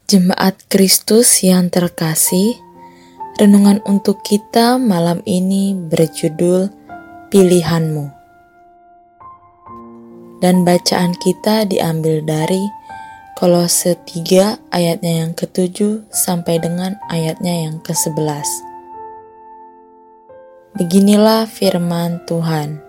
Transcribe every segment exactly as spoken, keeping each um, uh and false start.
Jemaat Kristus yang terkasih, renungan untuk kita malam ini berjudul Pilihanmu. Dan bacaan kita diambil dari Kolose tiga ayatnya yang ketujuh sampai dengan ayatnya yang kesebelas. Beginilah firman Tuhan.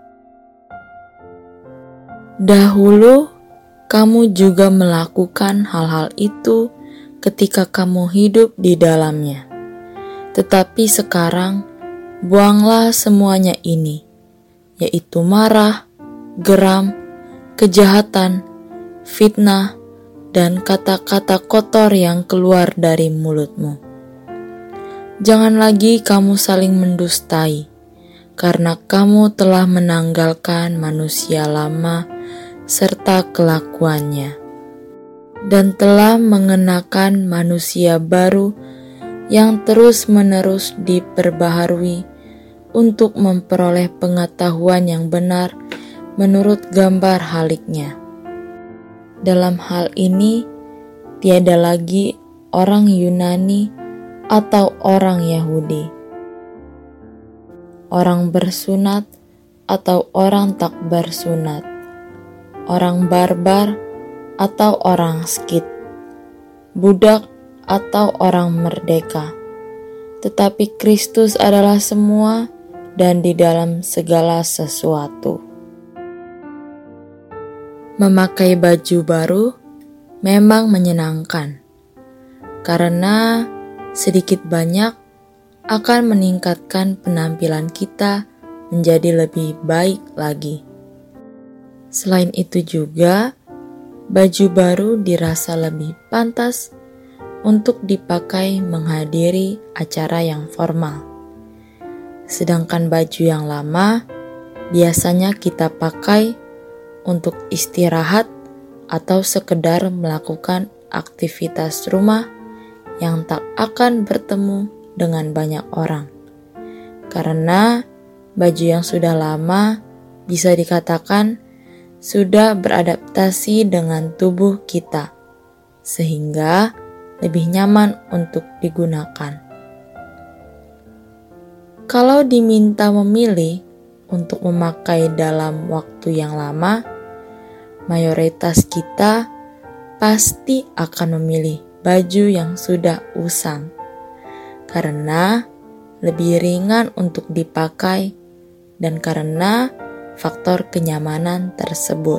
Dahulu kamu juga melakukan hal-hal itu ketika kamu hidup di dalamnya. Tetapi sekarang, buanglah semuanya ini, yaitu marah, geram, kejahatan, fitnah, dan kata-kata kotor yang keluar dari mulutmu. Jangan lagi kamu saling mendustai, karena kamu telah menanggalkan manusia lama serta kelakuannya, dan telah mengenakan manusia baru yang terus-menerus diperbaharui untuk memperoleh pengetahuan yang benar menurut gambar haliknya. Dalam hal ini, tiada lagi orang Yunani atau orang Yahudi, orang bersunat atau orang tak bersunat, orang barbar atau orang Skit, budak atau orang merdeka. Tetapi Kristus adalah semua dan di dalam segala sesuatu. Memakai baju baru memang menyenangkan, karena sedikit banyak akan meningkatkan penampilan kita menjadi lebih baik lagi. Selain itu juga, baju baru dirasa lebih pantas untuk dipakai menghadiri acara yang formal. Sedangkan baju yang lama biasanya kita pakai untuk istirahat atau sekedar melakukan aktivitas rumah yang tak akan bertemu dengan banyak orang. Karena baju yang sudah lama bisa dikatakan sudah beradaptasi dengan tubuh kita, sehingga lebih nyaman untuk digunakan. Kalau diminta memilih untuk memakai dalam waktu yang lama, mayoritas kita pasti akan memilih baju yang sudah usang, karena lebih ringan untuk dipakai dan karena faktor kenyamanan tersebut.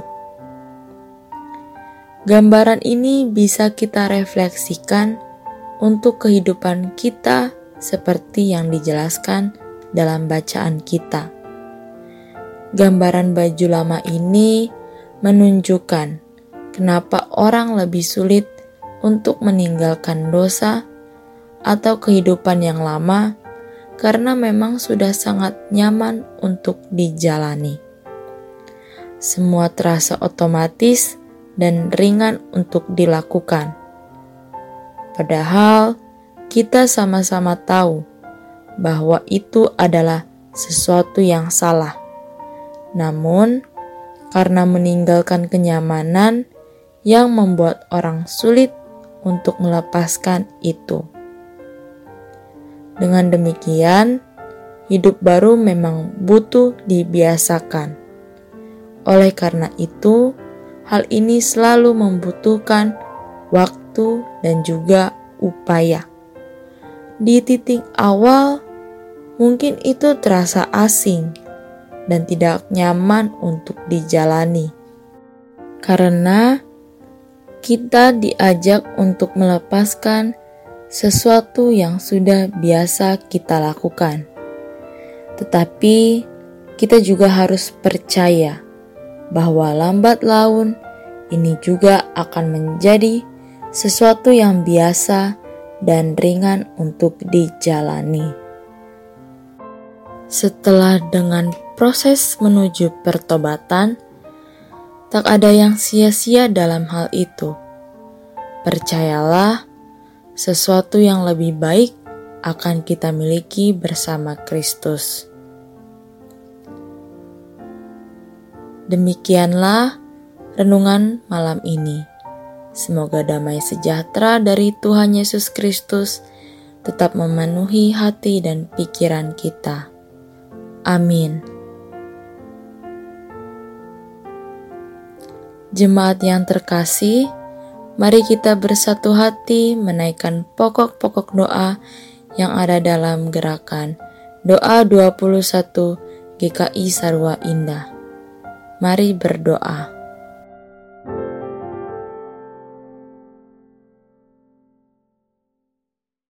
Gambaran ini bisa kita refleksikan untuk kehidupan kita seperti yang dijelaskan dalam bacaan kita. Gambaran baju lama ini menunjukkan kenapa orang lebih sulit untuk meninggalkan dosa atau kehidupan yang lama karena memang sudah sangat nyaman untuk dijalani. Semua terasa otomatis dan ringan untuk dilakukan. Padahal kita sama-sama tahu bahwa itu adalah sesuatu yang salah. Namun, karena meninggalkan kenyamanan yang membuat orang sulit untuk melepaskan itu. Dengan demikian, hidup baru memang butuh dibiasakan. Oleh karena itu, hal ini selalu membutuhkan waktu dan juga upaya. Di titik awal, mungkin itu terasa asing dan tidak nyaman untuk dijalani. Karena kita diajak untuk melepaskan sesuatu yang sudah biasa kita lakukan. Tetapi kita juga harus percaya bahwa lambat laun ini juga akan menjadi sesuatu yang biasa dan ringan untuk dijalani. Setelah dengan proses menuju pertobatan, tak ada yang sia-sia dalam hal itu. Percayalah, sesuatu yang lebih baik akan kita miliki bersama Kristus. Demikianlah renungan malam ini. Semoga damai sejahtera dari Tuhan Yesus Kristus tetap memenuhi hati dan pikiran kita. Amin. Jemaat yang terkasih, mari kita bersatu hati menaikkan pokok-pokok doa yang ada dalam gerakan Doa dua puluh satu G K I Sarwa Indah. Mari berdoa.